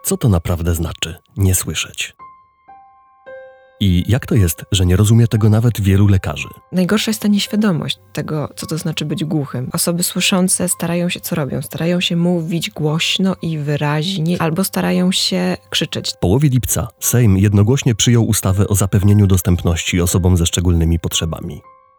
Co to naprawdę znaczy nie słyszeć? I jak to jest, że nie rozumie tego nawet wielu lekarzy? Najgorsza jest ta nieświadomość tego, co to znaczy być głuchym. Osoby słyszące starają się, co robią? Starają się mówić głośno i wyraźnie, albo starają się krzyczeć. W połowie lipca Sejm jednogłośnie przyjął ustawę o zapewnieniu dostępności osobom ze szczególnymi potrzebami.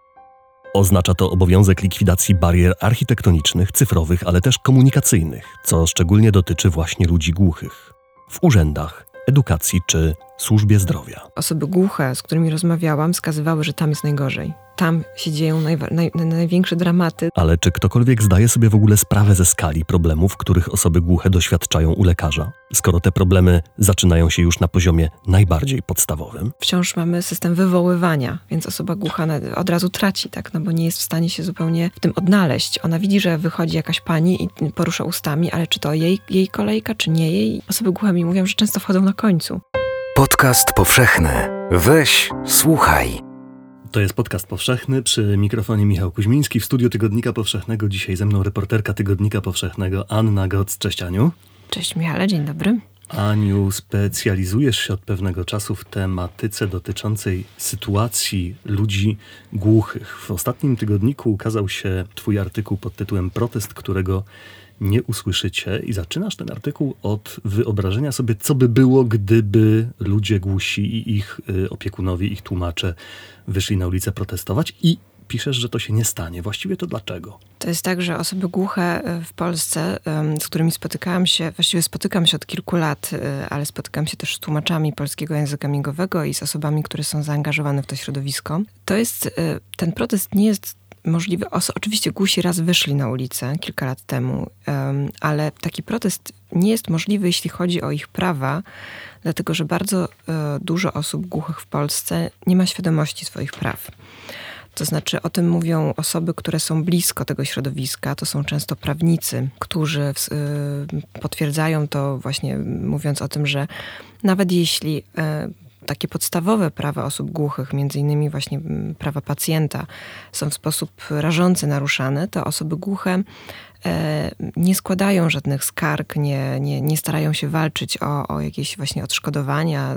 Oznacza to obowiązek likwidacji barier architektonicznych, cyfrowych, ale też komunikacyjnych, co szczególnie dotyczy właśnie ludzi głuchych. W urzędach, edukacji czy służbie zdrowia. Osoby głuche, z którymi rozmawiałam, wskazywały, że tam jest najgorzej. Tam się dzieją największe dramaty. Ale czy ktokolwiek zdaje sobie w ogóle sprawę ze skali problemów, których osoby głuche doświadczają u lekarza? Skoro te problemy zaczynają się już na poziomie najbardziej podstawowym. Wciąż mamy system wywoływania, więc osoba głucha od razu traci, tak? No bo nie jest w stanie się zupełnie w tym odnaleźć. Ona widzi, że wychodzi jakaś pani i porusza ustami, ale czy to jej kolejka, czy nie jej? Osoby głuche mi mówią, że często wchodzą na końcu. Podcast powszechny. Weź, słuchaj. To jest podcast powszechny, przy mikrofonie Michał Kuźmiński, w studiu Tygodnika Powszechnego. Dzisiaj ze mną reporterka Tygodnika Powszechnego Anna Goc. Cześć Aniu. Cześć Michale, dzień dobry. Aniu, specjalizujesz się od pewnego czasu w tematyce dotyczącej sytuacji ludzi głuchych. W ostatnim tygodniku ukazał się twój artykuł pod tytułem Protest, którego nie usłyszycie, i zaczynasz ten artykuł od wyobrażenia sobie, co by było, gdyby ludzie głusi i ich opiekunowie, ich tłumacze wyszli na ulicę protestować, i piszesz, że to się nie stanie. Właściwie to dlaczego? To jest tak, że osoby głuche w Polsce, z którymi spotykam się od kilku lat, ale spotykam się też z tłumaczami polskiego języka migowego i z osobami, które są zaangażowane w to środowisko. Ten protest nie jest możliwy. Oczywiście głusi raz wyszli na ulicę kilka lat temu, ale taki protest nie jest możliwy, jeśli chodzi o ich prawa, dlatego że bardzo dużo osób głuchych w Polsce nie ma świadomości swoich praw. To znaczy, o tym mówią osoby, które są blisko tego środowiska. To są często prawnicy, którzy potwierdzają to właśnie mówiąc o tym, że nawet jeśli takie podstawowe prawa osób głuchych, między innymi właśnie prawa pacjenta, są w sposób rażący naruszane, to osoby głuche nie składają żadnych skarg, nie starają się walczyć o jakieś właśnie odszkodowania,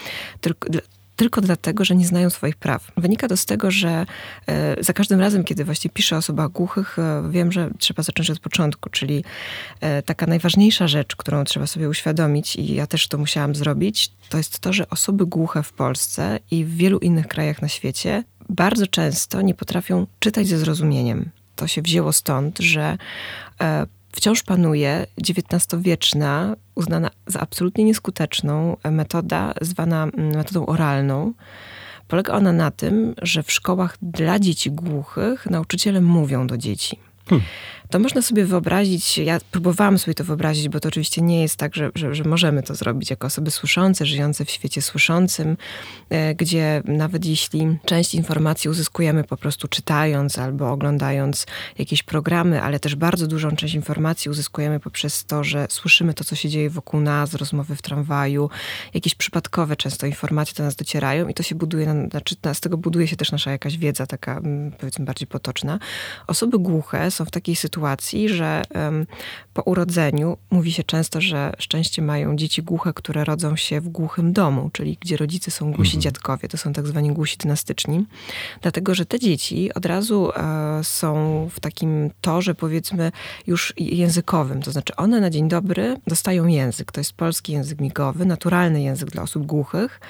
tylko dlatego, że nie znają swoich praw. Wynika to z tego, że za każdym razem, kiedy właśnie piszę o osobach głuchych, wiem, że trzeba zacząć od początku, czyli taka najważniejsza rzecz, którą trzeba sobie uświadomić, i ja też to musiałam zrobić, to jest to, że osoby głuche w Polsce i w wielu innych krajach na świecie bardzo często nie potrafią czytać ze zrozumieniem. To się wzięło stąd, że wciąż panuje XIX-wieczna, uznana za absolutnie nieskuteczną metoda zwana metodą oralną. Polega ona na tym, że w szkołach dla dzieci głuchych nauczyciele mówią do dzieci. To można sobie wyobrazić, ja próbowałam sobie to wyobrazić, bo to oczywiście nie jest tak, że możemy to zrobić jako osoby słyszące, żyjące w świecie słyszącym, gdzie nawet jeśli część informacji uzyskujemy po prostu czytając albo oglądając jakieś programy, ale też bardzo dużą część informacji uzyskujemy poprzez to, że słyszymy to, co się dzieje wokół nas, rozmowy w tramwaju, jakieś przypadkowe często informacje do nas docierają i to się buduje, z tego buduje się też nasza jakaś wiedza taka, powiedzmy, bardziej potoczna. Osoby głuche są w takiej sytuacji, że po urodzeniu mówi się często, że szczęście mają dzieci głuche, które rodzą się w głuchym domu, czyli gdzie rodzice są głusi dziadkowie. To są tak zwani głusi dynastyczni. Dlatego, że te dzieci od razu są w takim torze, powiedzmy, już językowym. To znaczy one na dzień dobry dostają język. To jest polski język migowy, naturalny język dla osób głuchych.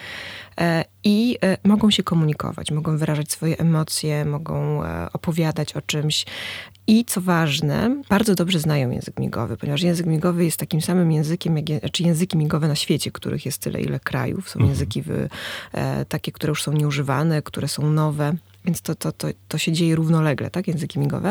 I mogą się komunikować, mogą wyrażać swoje emocje, mogą opowiadać o czymś. I co ważne, bardzo dobrze znają język migowy, ponieważ język migowy jest takim samym językiem, czy języki migowe na świecie, których jest tyle, ile krajów. Są języki takie, które już są nieużywane, które są nowe, więc to się dzieje równolegle, tak? Języki migowe.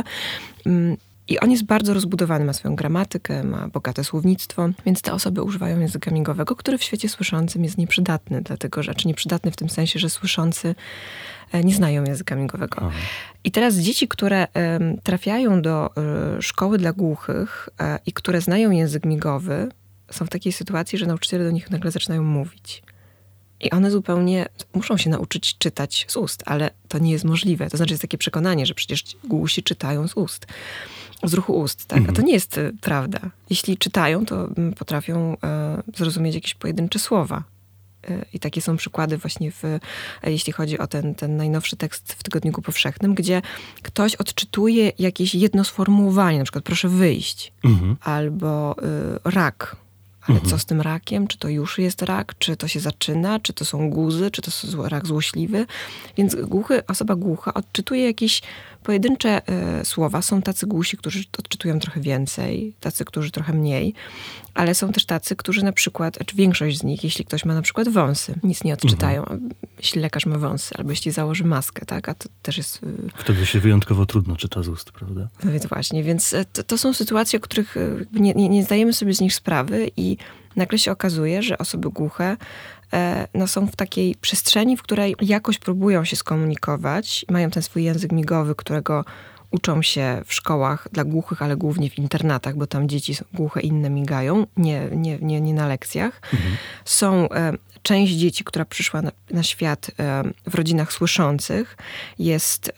I on jest bardzo rozbudowany, ma swoją gramatykę, ma bogate słownictwo, więc te osoby używają języka migowego, który w świecie słyszącym jest nieprzydatny, dlatego że, czy nieprzydatny w tym sensie, że słyszący nie znają języka migowego. Aha. I teraz dzieci, które trafiają do szkoły dla głuchych i które znają język migowy, są w takiej sytuacji, że nauczyciele do nich nagle zaczynają mówić. I one zupełnie muszą się nauczyć czytać z ust, ale to nie jest możliwe. To znaczy jest takie przekonanie, że przecież głusi czytają z ust. z ruchu ust, tak? A to nie jest prawda. Jeśli czytają, to potrafią zrozumieć jakieś pojedyncze słowa. I takie są przykłady właśnie jeśli chodzi o ten najnowszy tekst w Tygodniku Powszechnym, gdzie ktoś odczytuje jakieś jedno sformułowanie, na przykład proszę wyjść, albo rak. Ale co z tym rakiem? Czy to już jest rak? Czy to się zaczyna? Czy to są guzy? Czy to jest rak złośliwy? Więc osoba głucha odczytuje jakieś pojedyncze słowa. Są tacy głusi, którzy odczytują trochę więcej, tacy, którzy trochę mniej, ale są też tacy, którzy na przykład, czy większość z nich, jeśli ktoś ma na przykład wąsy, nic nie odczytają. Jeśli lekarz ma wąsy, albo jeśli założy maskę, tak? A to też jest... Wtedy się wyjątkowo trudno czyta z ust, prawda? No więc właśnie, więc to są sytuacje, o których nie zdajemy sobie z nich sprawy i nagle się okazuje, że osoby głuche są w takiej przestrzeni, w której jakoś próbują się skomunikować, mają ten swój język migowy, którego uczą się w szkołach dla głuchych, ale głównie w internatach, bo tam dzieci głuche inne migają, nie na lekcjach. Są część dzieci, która przyszła na świat w rodzinach słyszących, jest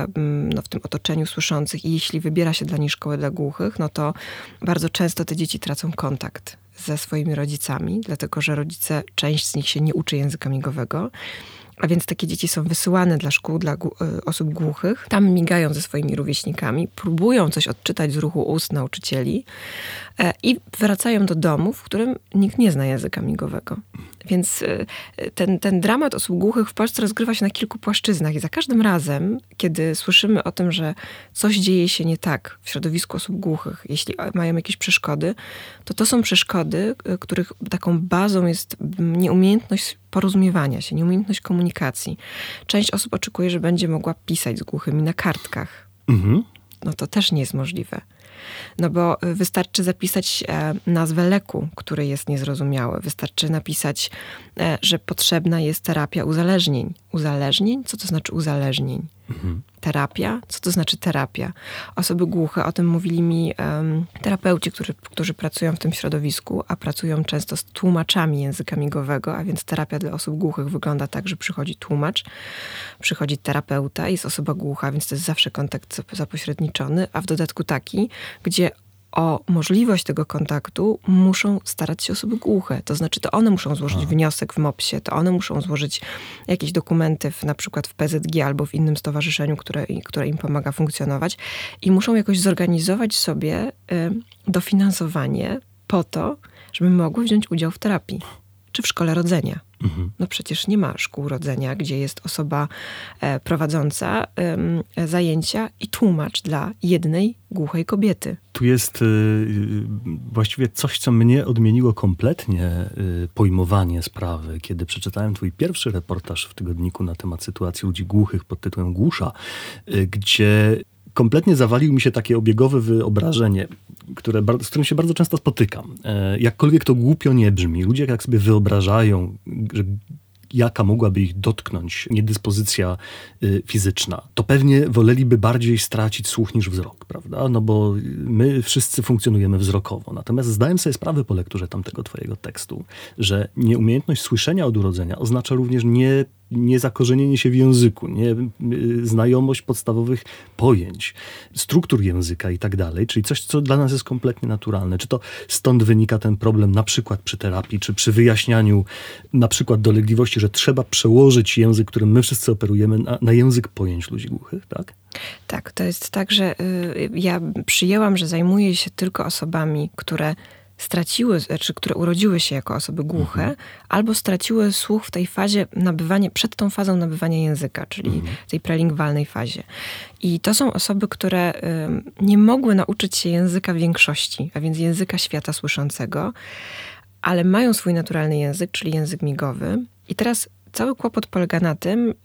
w tym otoczeniu słyszących i jeśli wybiera się dla niej szkołę dla głuchych, no to bardzo często te dzieci tracą kontakt ze swoimi rodzicami, dlatego że rodzice, część z nich się nie uczy języka migowego. A więc takie dzieci są wysyłane dla szkół, dla osób głuchych. Tam migają ze swoimi rówieśnikami, próbują coś odczytać z ruchu ust nauczycieli i wracają do domu, w którym nikt nie zna języka migowego. Więc ten dramat osób głuchych w Polsce rozgrywa się na kilku płaszczyznach i za każdym razem, kiedy słyszymy o tym, że coś dzieje się nie tak w środowisku osób głuchych, jeśli mają jakieś przeszkody, to są przeszkody, których taką bazą jest nieumiejętność porozumiewania się, nieumiejętność komunikacji. Część osób oczekuje, że będzie mogła pisać z głuchymi na kartkach. No to też nie jest możliwe. No bo wystarczy zapisać nazwę leku, który jest niezrozumiały. Wystarczy napisać, że potrzebna jest terapia uzależnień. Uzależnień? Co to znaczy uzależnień? Terapia? Co to znaczy terapia? Osoby głuche, o tym mówili mi terapeuci, którzy pracują w tym środowisku, a pracują często z tłumaczami języka migowego, a więc terapia dla osób głuchych wygląda tak, że przychodzi tłumacz, przychodzi terapeuta, jest osoba głucha, więc to jest zawsze kontakt zapośredniczony, a w dodatku taki, gdzie o możliwość tego kontaktu muszą starać się osoby głuche. To znaczy, to one muszą złożyć wniosek w MOPS-ie, to one muszą złożyć jakieś dokumenty na przykład w PZG albo w innym stowarzyszeniu, które im pomaga funkcjonować i muszą jakoś zorganizować sobie dofinansowanie po to, żeby mogły wziąć udział w terapii. Czy w szkole rodzenia. No przecież nie ma szkół rodzenia, gdzie jest osoba prowadząca zajęcia i tłumacz dla jednej głuchej kobiety. Tu jest właściwie coś, co mnie odmieniło kompletnie pojmowanie sprawy, kiedy przeczytałem twój pierwszy reportaż w tygodniku na temat sytuacji ludzi głuchych pod tytułem Głusza, gdzie kompletnie zawalił mi się takie obiegowe wyobrażenie, z którym się bardzo często spotykam. Jakkolwiek to głupio nie brzmi, ludzie jak sobie wyobrażają, że jaka mogłaby ich dotknąć niedyspozycja fizyczna, to pewnie woleliby bardziej stracić słuch niż wzrok, prawda? No bo my wszyscy funkcjonujemy wzrokowo. Natomiast zdałem sobie sprawę po lekturze tamtego twojego tekstu, że nieumiejętność słyszenia od urodzenia oznacza również nie zakorzenienie się w języku, nie znajomość podstawowych pojęć, struktur języka i tak dalej, czyli coś, co dla nas jest kompletnie naturalne. Czy to stąd wynika ten problem na przykład przy terapii, czy przy wyjaśnianiu na przykład dolegliwości, że trzeba przełożyć język, którym my wszyscy operujemy, na język pojęć ludzi głuchych, tak? Tak, to jest tak, że ja przyjęłam, że zajmuję się tylko osobami, które straciły, czy które urodziły się jako osoby głuche, albo straciły słuch w tej fazie przed tą fazą nabywania języka, czyli tej prelingwalnej fazie. I to są osoby, które nie mogły nauczyć się języka większości, a więc języka świata słyszącego, ale mają swój naturalny język, czyli język migowy. I teraz cały kłopot polega na tym,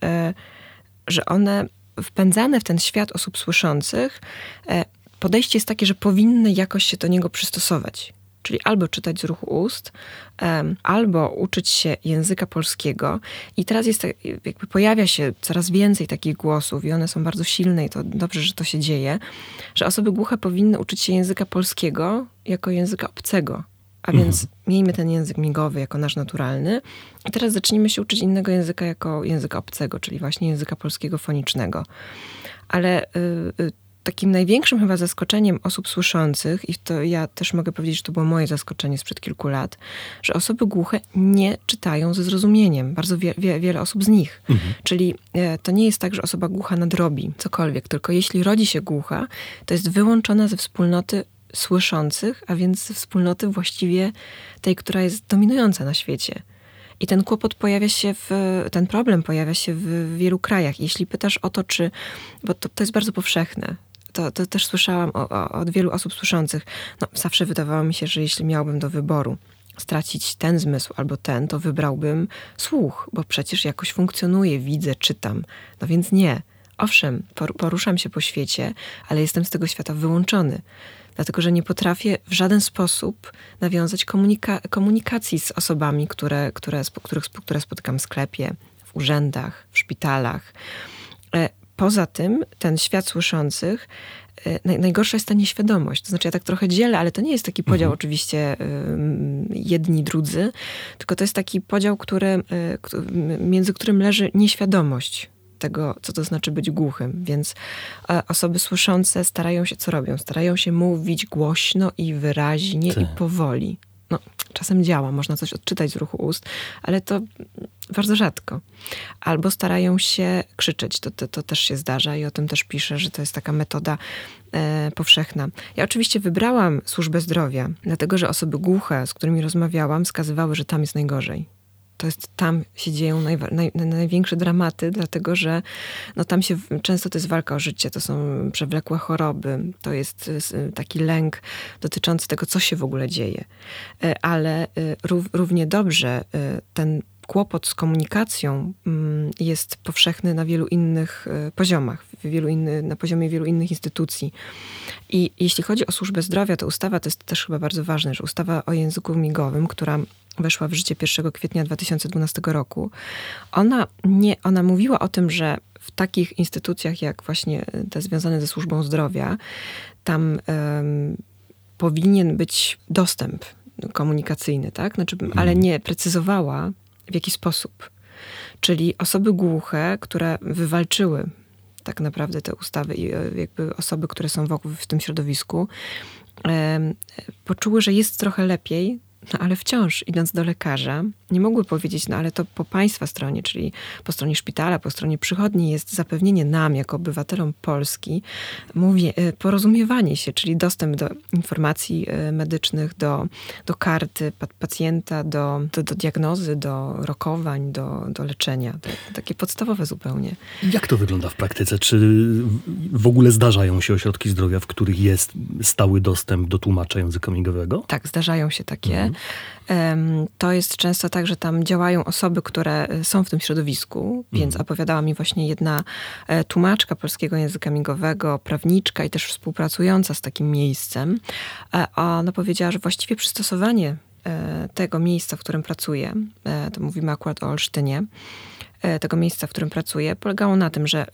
że one wpędzane w ten świat osób słyszących, podejście jest takie, że powinny jakoś się do niego przystosować. Czyli albo czytać z ruchu ust, albo uczyć się języka polskiego. I teraz jakby pojawia się coraz więcej takich głosów i one są bardzo silne i to dobrze, że to się dzieje, że osoby głuche powinny uczyć się języka polskiego jako języka obcego. A więc miejmy ten język migowy jako nasz naturalny. I teraz zacznijmy się uczyć innego języka jako języka obcego, czyli właśnie języka polskiego fonicznego. Ale takim największym chyba zaskoczeniem osób słyszących, i to ja też mogę powiedzieć, że to było moje zaskoczenie sprzed kilku lat, że osoby głuche nie czytają ze zrozumieniem. Bardzo wiele osób z nich. Czyli to nie jest tak, że osoba głucha nadrobi cokolwiek, tylko jeśli rodzi się głucha, to jest wyłączona ze wspólnoty słyszących, a więc ze wspólnoty właściwie tej, która jest dominująca na świecie. I ten kłopot ten problem pojawia się w wielu krajach. Jeśli pytasz o to, bo to jest bardzo powszechne. To też słyszałam od wielu osób słyszących. No, zawsze wydawało mi się, że jeśli miałbym do wyboru stracić ten zmysł albo ten, to wybrałbym słuch, bo przecież jakoś funkcjonuje, widzę, czytam. No więc nie. Owszem, poruszam się po świecie, ale jestem z tego świata wyłączony. Dlatego, że nie potrafię w żaden sposób nawiązać komunikacji z osobami, które spotykam w sklepie, w urzędach, w szpitalach. Poza tym ten świat słyszących, najgorsza jest ta nieświadomość. To znaczy ja tak trochę dzielę, ale to nie jest taki podział oczywiście jedni, drudzy, tylko to jest taki podział, między którym leży nieświadomość tego, co to znaczy być głuchym. Więc osoby słyszące starają się, co robią? Starają się mówić głośno i wyraźnie i powoli. No, czasem działa, można coś odczytać z ruchu ust, ale to bardzo rzadko. Albo starają się krzyczeć. To też się zdarza i o tym też piszę, że to jest taka metoda powszechna. Ja oczywiście wybrałam służbę zdrowia, dlatego że osoby głuche, z którymi rozmawiałam, wskazywały, że tam jest najgorzej. Tam się dzieją największe dramaty, dlatego że tam często to jest walka o życie, to są przewlekłe choroby, to jest taki lęk dotyczący tego, co się w ogóle dzieje. Ale równie dobrze ten kłopot z komunikacją jest powszechny na wielu innych poziomach, na poziomie wielu innych instytucji. I jeśli chodzi o służbę zdrowia, to ustawa, to jest też chyba bardzo ważne, że ustawa o języku migowym, która weszła w życie 1 kwietnia 2012 roku, ona mówiła o tym, że w takich instytucjach jak właśnie te związane ze służbą zdrowia, tam powinien być dostęp komunikacyjny, tak? Ale nie precyzowała, w jaki sposób. Czyli osoby głuche, które wywalczyły tak naprawdę te ustawy i jakby osoby, które są w tym środowisku, poczuły, że jest trochę lepiej, ale wciąż idąc do lekarza, nie mogły powiedzieć, ale to po państwa stronie, czyli po stronie szpitala, po stronie przychodni jest zapewnienie nam, jako obywatelom Polski, porozumiewanie się, czyli dostęp do informacji medycznych, do karty pacjenta, do diagnozy, do rokowań, do leczenia. Takie podstawowe zupełnie. Jak to wygląda w praktyce? Czy w ogóle zdarzają się ośrodki zdrowia, w których jest stały dostęp do tłumacza języka migowego? Tak, zdarzają się takie. To jest często tak, że tam działają osoby, które są w tym środowisku, więc opowiadała mi właśnie jedna tłumaczka polskiego języka migowego, prawniczka i też współpracująca z takim miejscem. Ona powiedziała, że właściwie przystosowanie tego miejsca, w którym pracuje, to mówimy akurat o Olsztynie, tego miejsca, w którym pracuję, polegało na tym, że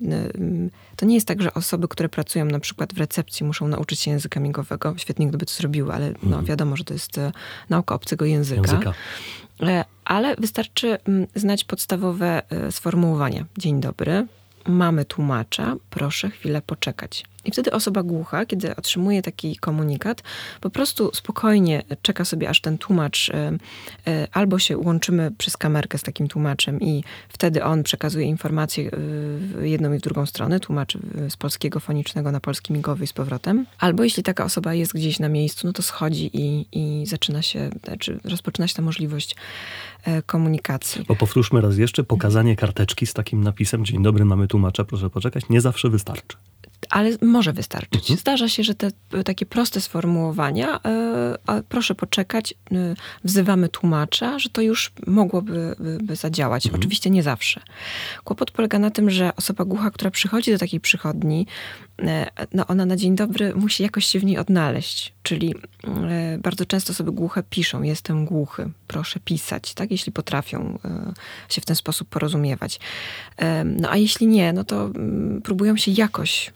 to nie jest tak, że osoby, które pracują na przykład w recepcji, muszą nauczyć się języka migowego. Świetnie, gdyby to zrobiły, ale wiadomo, że to jest nauka obcego języka. Ale wystarczy znać podstawowe sformułowania. Dzień dobry, mamy tłumacza, proszę chwilę poczekać. I wtedy osoba głucha, kiedy otrzymuje taki komunikat, po prostu spokojnie czeka sobie, aż ten tłumacz, albo się łączymy przez kamerkę z takim tłumaczem i wtedy on przekazuje informacje w jedną i w drugą stronę, tłumaczy z polskiego fonicznego na polski migowy i z powrotem. Albo jeśli taka osoba jest gdzieś na miejscu, no to schodzi i rozpoczyna się ta możliwość komunikacji. Bo powtórzmy raz jeszcze, pokazanie karteczki z takim napisem: dzień dobry, mamy tłumacza, proszę poczekać, nie zawsze wystarczy. Ale może wystarczyć. Zdarza się, że te takie proste sformułowania, proszę poczekać, wzywamy tłumacza, że to już mogłoby zadziałać. Oczywiście nie zawsze. Kłopot polega na tym, że osoba głucha, która przychodzi do takiej przychodni, ona na dzień dobry musi jakoś się w niej odnaleźć. Czyli bardzo często osoby głuche piszą: jestem głuchy, proszę pisać, tak? Jeśli potrafią się w ten sposób porozumiewać. A jeśli nie, no to próbują się jakoś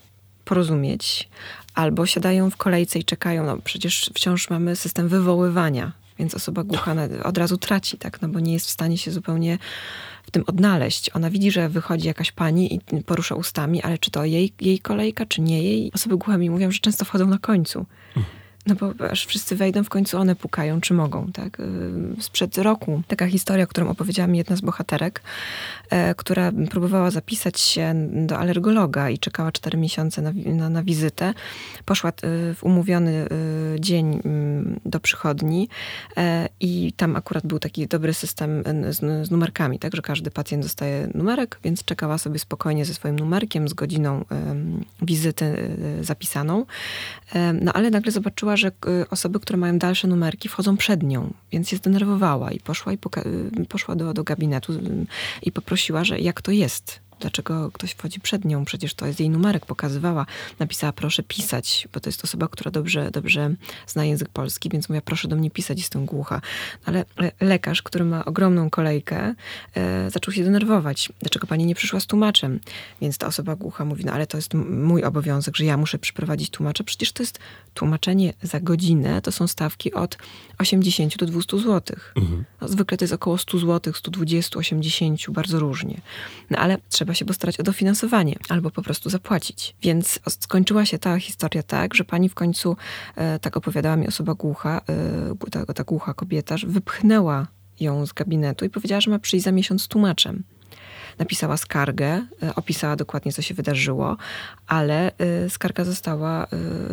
porozumieć, albo siadają w kolejce i czekają. Przecież wciąż mamy system wywoływania, więc osoba głucha od razu traci, tak, no bo nie jest w stanie się zupełnie w tym odnaleźć. Ona widzi, że wychodzi jakaś pani i porusza ustami, ale czy to jej kolejka, czy nie jej? Osoby głuche mi mówią, że często wchodzą na końcu. No bo aż wszyscy wejdą, w końcu one pukają, czy mogą, tak? Sprzed roku taka historia, którą opowiedziała mi jedna z bohaterek, która próbowała zapisać się do alergologa i czekała 4 miesiące na wizytę. Poszła w umówiony dzień do przychodni i tam akurat był taki dobry system z numerkami, tak? Że każdy pacjent dostaje numerek, więc czekała sobie spokojnie ze swoim numerkiem, z godziną wizyty zapisaną. No ale nagle zobaczyła, że osoby, które mają dalsze numerki, wchodzą przed nią, więc się zdenerwowała i poszła do gabinetu i poprosiła, że jak to jest? Dlaczego ktoś wchodzi przed nią? Przecież to jest jej numerek, pokazywała. Napisała, proszę pisać, bo to jest osoba, która dobrze zna język polski, więc mówiła, proszę do mnie pisać, jestem głucha. Ale lekarz, który ma ogromną kolejkę, zaczął się denerwować. Dlaczego pani nie przyszła z tłumaczem? Więc ta osoba głucha mówi, no ale to jest mój obowiązek, że ja muszę przyprowadzić tłumacza. Przecież to jest tłumaczenie za godzinę, to są stawki od 80 do 200 zł. No, zwykle to jest około 100 zł, 120, 80, bardzo różnie. No ale trzeba się postarać o dofinansowanie albo po prostu zapłacić. Więc skończyła się ta historia tak, że pani w końcu, tak opowiadała mi osoba głucha, ta głucha kobieta, że wypchnęła ją z gabinetu i powiedziała, że ma przyjść za miesiąc z tłumaczem. Napisała skargę, opisała dokładnie, co się wydarzyło, ale skarga została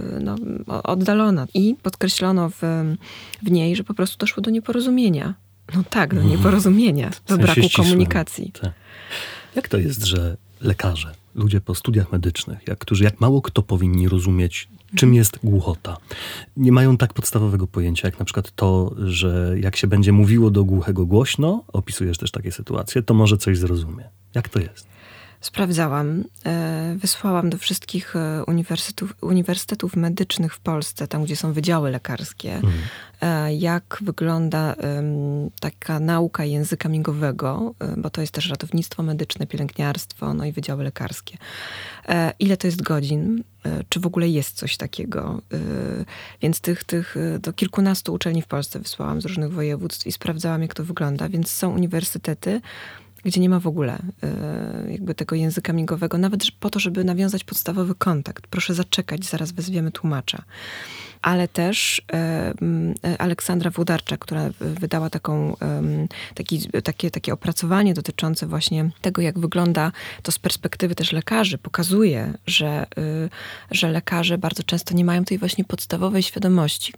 oddalona i podkreślono w niej, że po prostu doszło do nieporozumienia. No tak, do nieporozumienia, do braku komunikacji. Tak. Jak to jest, że lekarze, ludzie po studiach medycznych, którzy jak mało kto powinni rozumieć, czym jest głuchota, nie mają tak podstawowego pojęcia, jak na przykład to, że jak się będzie mówiło do głuchego głośno, opisujesz też takie sytuacje, to może coś zrozumie. Jak to jest? Sprawdzałam. Wysłałam do wszystkich uniwersytetów medycznych w Polsce, tam gdzie są wydziały lekarskie, jak wygląda taka nauka języka migowego, bo to jest też ratownictwo medyczne, pielęgniarstwo, no i wydziały lekarskie. Ile to jest godzin? Czy w ogóle jest coś takiego? Więc do kilkunastu uczelni w Polsce wysłałam z różnych województw i sprawdzałam, jak to wygląda. Więc są uniwersytety, gdzie nie ma w ogóle jakby tego języka migowego, nawet po to, żeby nawiązać podstawowy kontakt. Proszę zaczekać, zaraz wezwiemy tłumacza. Ale też Aleksandra Włodarczak, która wydała takie opracowanie dotyczące właśnie tego, jak wygląda to z perspektywy też lekarzy, pokazuje, że lekarze bardzo często nie mają tej właśnie podstawowej świadomości,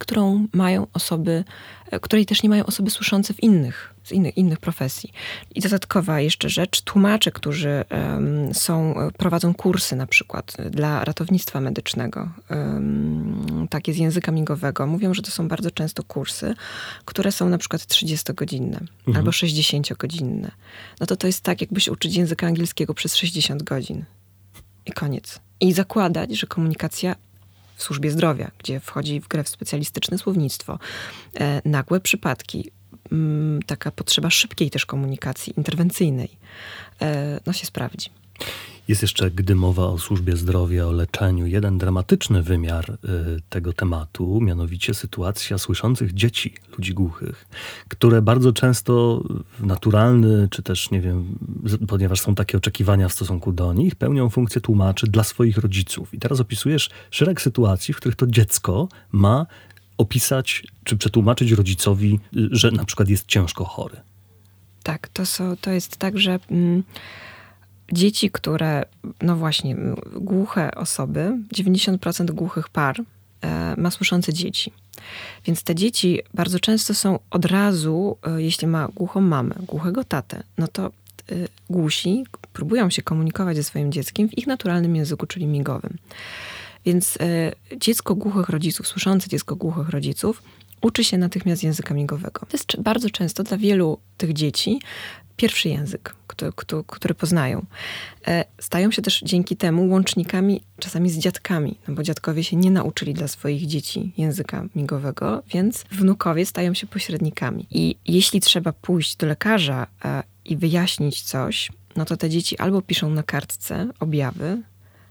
której też nie mają osoby słyszące z innych profesji. I dodatkowa jeszcze rzecz, tłumacze, którzy prowadzą kursy na przykład dla ratownictwa medycznego, takie z języka migowego, mówią, że to są bardzo często kursy, które są na przykład 30-godzinne albo 60-godzinne. No to jest tak, jakby się uczyć języka angielskiego przez 60 godzin. I koniec. I zakładać, że komunikacja w służbie zdrowia, gdzie wchodzi w grę specjalistyczne słownictwo, nagłe przypadki, taka potrzeba szybkiej też komunikacji interwencyjnej, się sprawdzi. Jest jeszcze, gdy mowa o służbie zdrowia, o leczeniu, jeden dramatyczny wymiar tego tematu, mianowicie sytuacja słyszących dzieci, ludzi głuchych, które bardzo często w naturalny, czy też, nie wiem, ponieważ są takie oczekiwania w stosunku do nich, pełnią funkcję tłumaczy dla swoich rodziców. I teraz opisujesz szereg sytuacji, w których to dziecko ma opisać, czy przetłumaczyć rodzicowi, że na przykład jest ciężko chory. Tak, to jest tak, że dzieci, które, no właśnie, głuche osoby, 90% głuchych par ma słyszące dzieci. Więc te dzieci bardzo często są od razu, jeśli ma głuchą mamę, głuchego tatę, no to głusi próbują się komunikować ze swoim dzieckiem w ich naturalnym języku, czyli migowym. Więc dziecko głuchych rodziców, słyszące dziecko głuchych rodziców uczy się natychmiast języka migowego. To jest bardzo często dla wielu tych dzieci pierwszy język, który poznają. Stają się też dzięki temu łącznikami czasami z dziadkami, no bo dziadkowie się nie nauczyli dla swoich dzieci języka migowego, więc wnukowie stają się pośrednikami. I jeśli trzeba pójść do lekarza i wyjaśnić coś, no to te dzieci albo piszą na kartce objawy,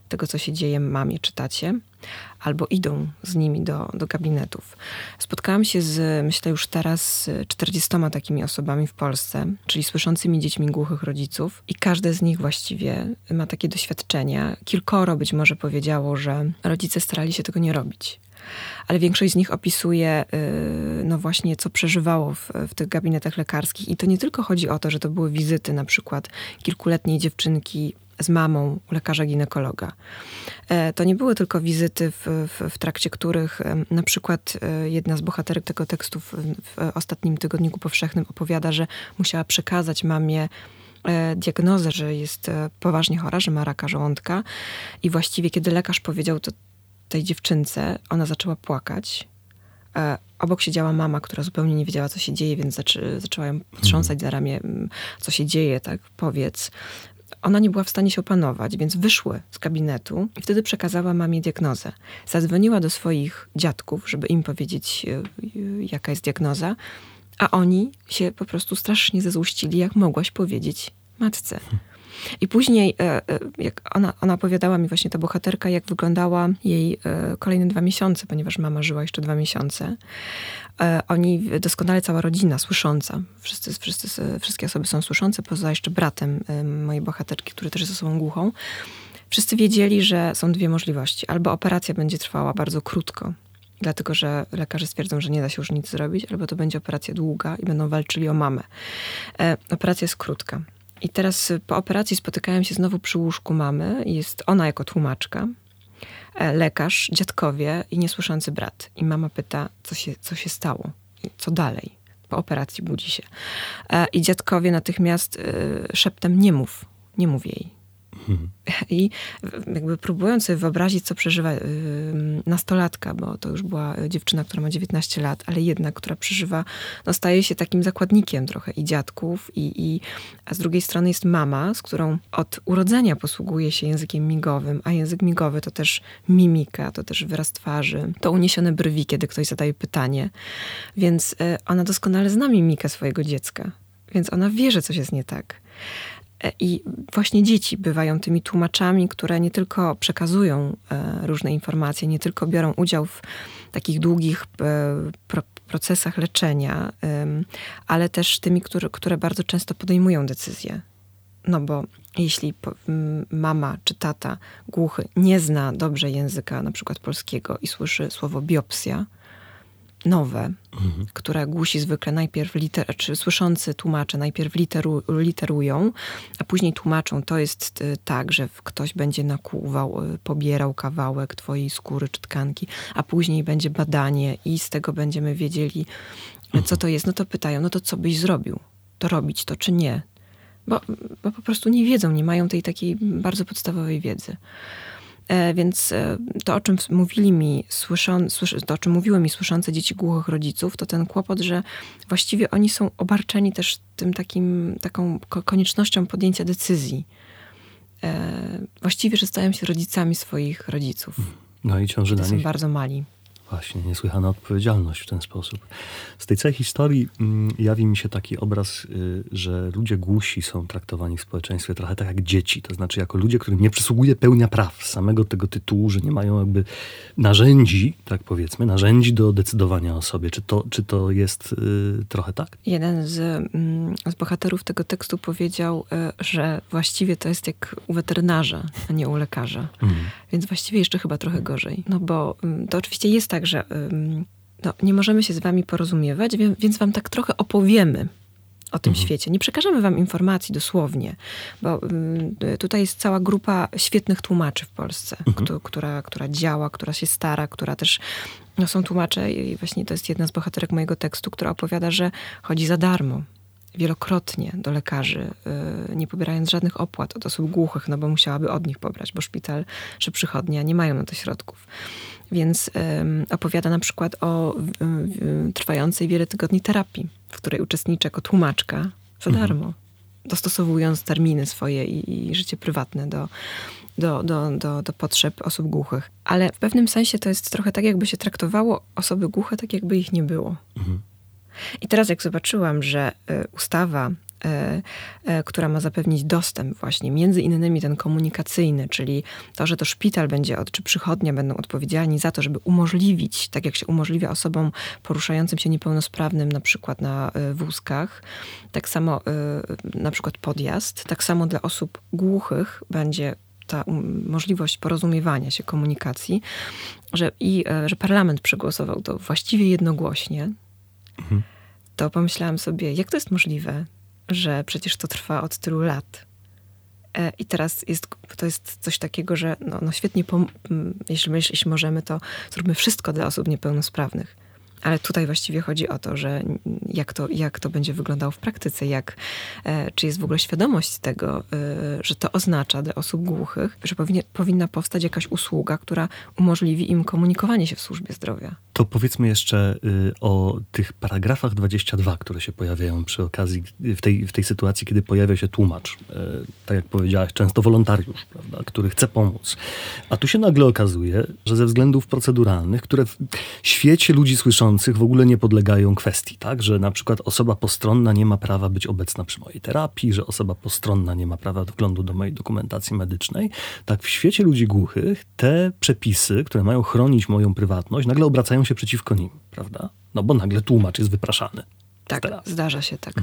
tego, co się dzieje mamie czy tacie, albo idą z nimi do gabinetów. Spotkałam się myślę już teraz, 40 takimi osobami w Polsce, czyli słyszącymi dziećmi głuchych rodziców i każde z nich właściwie ma takie doświadczenia. Kilkoro być może powiedziało, że rodzice starali się tego nie robić. Ale większość z nich opisuje no właśnie, co przeżywało w tych gabinetach lekarskich. I to nie tylko chodzi o to, że to były wizyty na przykład kilkuletniej dziewczynki z mamą u lekarza ginekologa. To nie były tylko wizyty, w trakcie których na przykład jedna z bohaterek tego tekstu w ostatnim tygodniku powszechnym opowiada, że musiała przekazać mamie diagnozę, że jest poważnie chora, że ma raka żołądka. I właściwie, kiedy lekarz powiedział to tej dziewczynce, ona zaczęła płakać. Obok siedziała mama, która zupełnie nie wiedziała, co się dzieje, więc zaczęła ją potrząsać za ramię, co się dzieje, tak, powiedz. Ona nie była w stanie się opanować, więc wyszły z gabinetu i wtedy przekazała mamie diagnozę. Zadzwoniła do swoich dziadków, żeby im powiedzieć, jaka jest diagnoza, a oni się po prostu strasznie zezłościli, jak mogłaś powiedzieć matce. I później, jak ona opowiadała mi właśnie, ta bohaterka, jak wyglądała jej kolejne 2 miesiące, ponieważ mama żyła jeszcze 2 miesiące. Oni doskonale, cała rodzina słysząca, wszystkie osoby są słyszące, poza jeszcze bratem mojej bohaterki, który też jest osobą głuchą. Wszyscy wiedzieli, że są 2 możliwości. Albo operacja będzie trwała bardzo krótko, dlatego że lekarze stwierdzą, że nie da się już nic zrobić, albo to będzie operacja długa i będą walczyli o mamę. Operacja jest krótka. I teraz po operacji spotykałem się znowu przy łóżku mamy. Jest ona jako tłumaczka, lekarz, dziadkowie i niesłyszący brat. I mama pyta, co się stało, co dalej. Po operacji budzi się. I dziadkowie natychmiast szeptem nie mów jej. I jakby próbując sobie wyobrazić, co przeżywa nastolatka, bo to już była dziewczyna, która ma 19 lat, ale jednak, która przeżywa, no staje się takim zakładnikiem trochę i dziadków, a z drugiej strony jest mama, z którą od urodzenia posługuje się językiem migowym, a język migowy to też mimika, to też wyraz twarzy, to uniesione brwi, kiedy ktoś zadaje pytanie. Więc ona doskonale zna mimikę swojego dziecka, więc ona wie, że coś jest nie tak. I właśnie dzieci bywają tymi tłumaczami, które nie tylko przekazują różne informacje, nie tylko biorą udział w takich długich procesach leczenia, ale też tymi, które bardzo często podejmują decyzje. No bo jeśli mama czy tata głuchy nie zna dobrze języka, na przykład polskiego, i słyszy słowo biopsja, nowe, które głusi zwykle najpierw, czy słyszący tłumacze najpierw literują, a później tłumaczą, to jest tak, że ktoś będzie nakłuwał, pobierał kawałek twojej skóry czy tkanki, a później będzie badanie i z tego będziemy wiedzieli, co to jest. No to pytają, no to co byś zrobił? To robić to czy nie? Bo po prostu nie wiedzą, nie mają tej takiej bardzo podstawowej wiedzy. Więc to, o czym mówiły mi słyszące dzieci głuchych rodziców, to ten kłopot, że właściwie oni są obarczeni też tym taką koniecznością podjęcia decyzji. Właściwie, że stają się rodzicami swoich rodziców. No i ciąży na nich. Są bardzo mali. Właśnie, niesłychana odpowiedzialność w ten sposób. Z tej całej historii jawi mi się taki obraz, że ludzie głusi są traktowani w społeczeństwie trochę tak jak dzieci. To znaczy jako ludzie, którym nie przysługuje pełnia praw z samego tego tytułu, że nie mają jakby narzędzi, tak powiedzmy, narzędzi do decydowania o sobie. Czy to jest trochę tak? Jeden z bohaterów tego tekstu powiedział, że właściwie to jest jak u weterynarza, a nie u lekarza. Więc właściwie jeszcze chyba trochę gorzej. No bo to oczywiście jest tak, że nie możemy się z wami porozumiewać, więc wam tak trochę opowiemy o tym świecie. Nie przekażemy wam informacji dosłownie, bo tutaj jest cała grupa świetnych tłumaczy w Polsce, która działa, która się stara, która też, są tłumacze i właśnie to jest jedna z bohaterek mojego tekstu, która opowiada, że chodzi za darmo. Wielokrotnie do lekarzy, nie pobierając żadnych opłat od osób głuchych, no bo musiałaby od nich pobrać, bo szpital czy przychodnia nie mają na to środków. Więc opowiada na przykład o trwającej wiele tygodni terapii, w której uczestniczy jako tłumaczka za darmo, dostosowując terminy swoje i życie prywatne do potrzeb osób głuchych. Ale w pewnym sensie to jest trochę tak, jakby się traktowało osoby głuche, tak jakby ich nie było. I teraz jak zobaczyłam, że ustawa która ma zapewnić dostęp właśnie, między innymi ten komunikacyjny, czyli to, że to szpital będzie, czy przychodnia będą odpowiedzialni za to, żeby umożliwić, tak jak się umożliwia osobom poruszającym się niepełnosprawnym, na przykład na wózkach, tak samo na przykład podjazd, tak samo dla osób głuchych będzie ta możliwość porozumiewania się, komunikacji, że parlament przegłosował to właściwie jednogłośnie, to pomyślałam sobie, jak to jest możliwe, że przecież to trwa od tylu lat. I teraz to jest coś takiego, że no świetnie, jeśli możemy, to zróbmy wszystko dla osób niepełnosprawnych. Ale tutaj właściwie chodzi o to, że jak to będzie wyglądało w praktyce, czy jest w ogóle świadomość tego, że to oznacza dla osób głuchych, że powinna powstać jakaś usługa, która umożliwi im komunikowanie się w służbie zdrowia. To powiedzmy jeszcze o tych paragrafach 22, które się pojawiają przy okazji, w tej sytuacji, kiedy pojawia się tłumacz. Tak jak powiedziałaś, często wolontariusz, prawda, który chce pomóc. A tu się nagle okazuje, że ze względów proceduralnych, które w świecie ludzi słyszących w ogóle nie podlegają kwestii, tak? Że na przykład osoba postronna nie ma prawa być obecna przy mojej terapii, że osoba postronna nie ma prawa wglądu do mojej dokumentacji medycznej. Tak w świecie ludzi głuchych te przepisy, które mają chronić moją prywatność, nagle obracają się przeciwko nim, prawda? No bo nagle tłumacz jest wypraszany. Tak, zdarza się tak.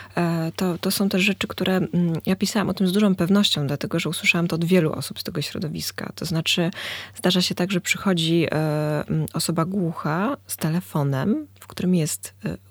To są też rzeczy, które ja pisałam o tym z dużą pewnością, dlatego że usłyszałam to od wielu osób z tego środowiska. To znaczy zdarza się tak, że przychodzi osoba głucha z telefonem, w którym jest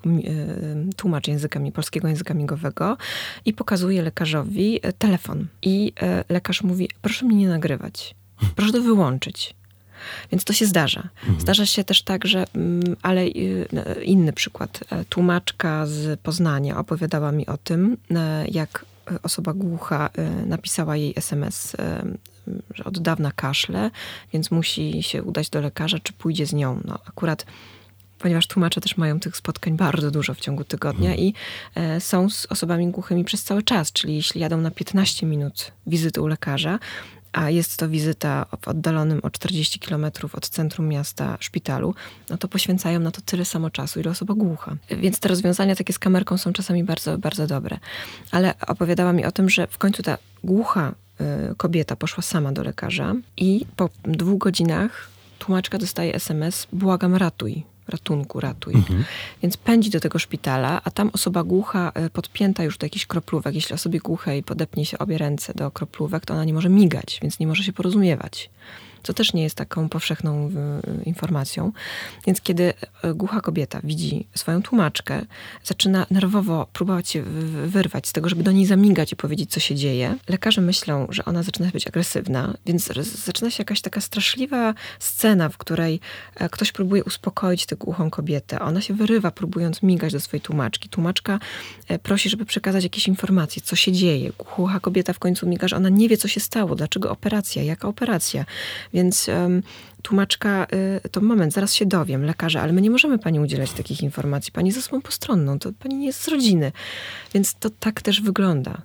tłumacz polskiego języka migowego i pokazuje lekarzowi telefon. I lekarz mówi, proszę mnie nie nagrywać, proszę to wyłączyć. Więc to się zdarza. Zdarza się też tak, że, ale inny przykład. Tłumaczka z Poznania opowiadała mi o tym, jak osoba głucha napisała jej SMS, że od dawna kaszle, więc musi się udać do lekarza, czy pójdzie z nią. No akurat, ponieważ tłumacze też mają tych spotkań bardzo dużo w ciągu tygodnia i są z osobami głuchymi przez cały czas, czyli jeśli jadą na 15 minut wizyty u lekarza, a jest to wizyta w oddalonym o 40 km od centrum miasta szpitalu, no to poświęcają na to tyle samo czasu, ile osoba głucha. Więc te rozwiązania takie z kamerką są czasami bardzo, bardzo dobre. Ale opowiadała mi o tym, że w końcu ta głucha kobieta poszła sama do lekarza i po 2 godzinach tłumaczka dostaje SMS: błagam, ratuj. Ratuj. Więc pędzi do tego szpitala, a tam osoba głucha podpięta już do jakichś kroplówek. Jeśli osobie głuchej podepnie się obie ręce do kroplówek, to ona nie może migać, więc nie może się porozumiewać. Co też nie jest taką powszechną informacją. Więc kiedy głucha kobieta widzi swoją tłumaczkę, zaczyna nerwowo próbować się wyrwać z tego, żeby do niej zamigać i powiedzieć, co się dzieje. Lekarze myślą, że ona zaczyna być agresywna, więc zaczyna się jakaś taka straszliwa scena, w której ktoś próbuje uspokoić tę głuchą kobietę. Ona się wyrywa, próbując migać do swojej tłumaczki. Tłumaczka prosi, żeby przekazać jakieś informacje, co się dzieje. Głucha kobieta w końcu miga, że ona nie wie, co się stało, dlaczego operacja, jaka operacja. Więc tłumaczka, to moment, zaraz się dowiem, lekarze, ale my nie możemy pani udzielać takich informacji. Pani jest osobą postronną, to pani nie jest z rodziny. Więc to tak też wygląda.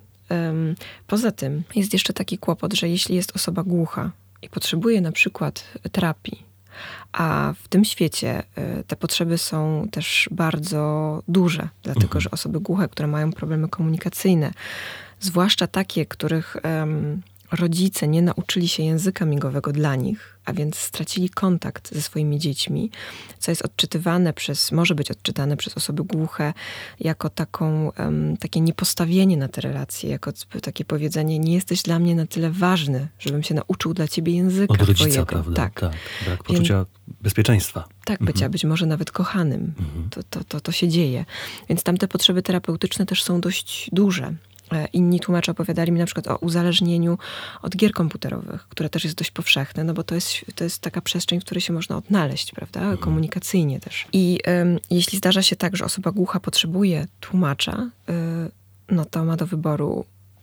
Poza tym jest jeszcze taki kłopot, że jeśli jest osoba głucha i potrzebuje na przykład terapii, a w tym świecie te potrzeby są też bardzo duże, dlatego że osoby głuche, które mają problemy komunikacyjne, zwłaszcza takie, których rodzice nie nauczyli się języka migowego dla nich, a więc stracili kontakt ze swoimi dziećmi, co jest może być odczytane przez osoby głuche jako takie niepostawienie na te relacje, jako takie powiedzenie: nie jesteś dla mnie na tyle ważny, żebym się nauczył dla ciebie języka od rodzica, twojego. Prawda? Tak. Brak poczucia bezpieczeństwa. Tak, bycia być może nawet kochanym. To się dzieje. Więc tamte potrzeby terapeutyczne też są dość duże. Inni tłumacze opowiadali mi na przykład o uzależnieniu od gier komputerowych, które też jest dość powszechne, no bo to jest taka przestrzeń, w której się można odnaleźć, prawda? Komunikacyjnie też. I jeśli zdarza się tak, że osoba głucha potrzebuje tłumacza, no to ma do wyboru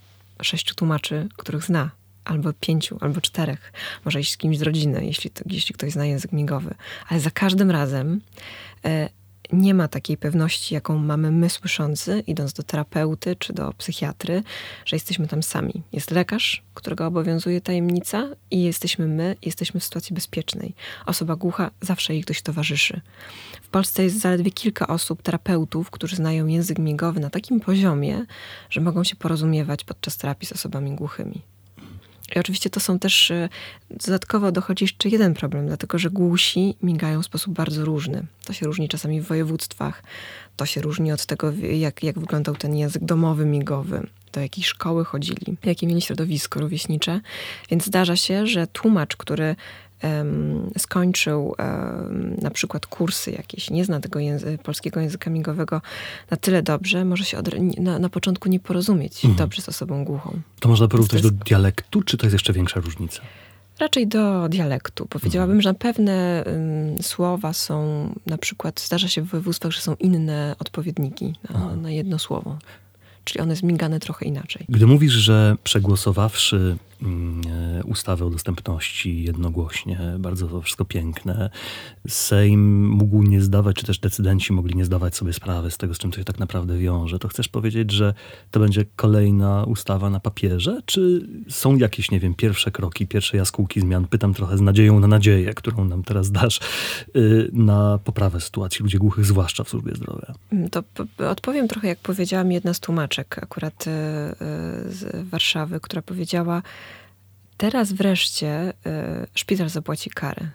6 tłumaczy, których zna. Albo 5, albo 4. Może iść z kimś z rodziny, jeśli ktoś zna język migowy. Ale za każdym razem nie ma takiej pewności, jaką mamy my słyszący, idąc do terapeuty czy do psychiatry, że jesteśmy tam sami. Jest lekarz, którego obowiązuje tajemnica i jesteśmy my, jesteśmy w sytuacji bezpiecznej. Osoba głucha, zawsze jej ktoś towarzyszy. W Polsce jest zaledwie kilka osób, terapeutów, którzy znają język migowy na takim poziomie, że mogą się porozumiewać podczas terapii z osobami głuchymi. I oczywiście to są też, dodatkowo dochodzi jeszcze jeden problem, dlatego że głusi migają w sposób bardzo różny. To się różni czasami w województwach, to się różni od tego, jak wyglądał ten język domowy migowy, do jakiej szkoły chodzili, jakie mieli środowisko rówieśnicze. Więc zdarza się, że tłumacz, który skończył na przykład kursy jakieś, nie zna tego polskiego języka migowego na tyle dobrze, może się na początku nie porozumieć dobrze z osobą głuchą. To można porównać do dialektu, czy to jest jeszcze większa różnica? Raczej do dialektu. Powiedziałabym, że pewne słowa są, na przykład zdarza się w województwach, że są inne odpowiedniki na jedno słowo. Czyli one jest migane trochę inaczej. Gdy mówisz, że przegłosowawszy ustawę o dostępności jednogłośnie, bardzo to wszystko piękne, Sejm mógł nie zdawać, czy też decydenci mogli nie zdawać sobie sprawy z tego, z czym to się tak naprawdę wiąże, to chcesz powiedzieć, że to będzie kolejna ustawa na papierze? Czy są jakieś, nie wiem, pierwsze kroki, pierwsze jaskółki zmian? Pytam trochę z nadzieją na nadzieję, którą nam teraz dasz, na poprawę sytuacji ludzi głuchych, zwłaszcza w służbie zdrowia. To odpowiem trochę, jak powiedziała mi jedna z tłumaczek akurat z Warszawy, która powiedziała: teraz wreszcie szpital zapłaci karę,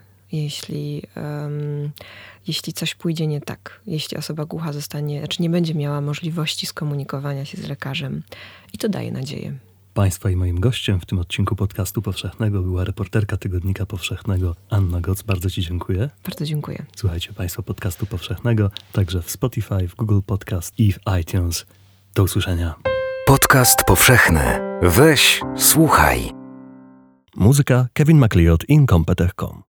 jeśli coś pójdzie nie tak, jeśli osoba głucha nie będzie miała możliwości skomunikowania się z lekarzem. I to daje nadzieję. Państwa i moim gościem w tym odcinku Podcastu Powszechnego była reporterka Tygodnika Powszechnego Anna Goc. Bardzo ci dziękuję. Bardzo dziękuję. Słuchajcie Państwo Podcastu Powszechnego także w Spotify, w Google Podcast i w iTunes. Do usłyszenia. Podcast powszechny. Weź, słuchaj. Muzyka Kevin MacLeod, Incompetech.com.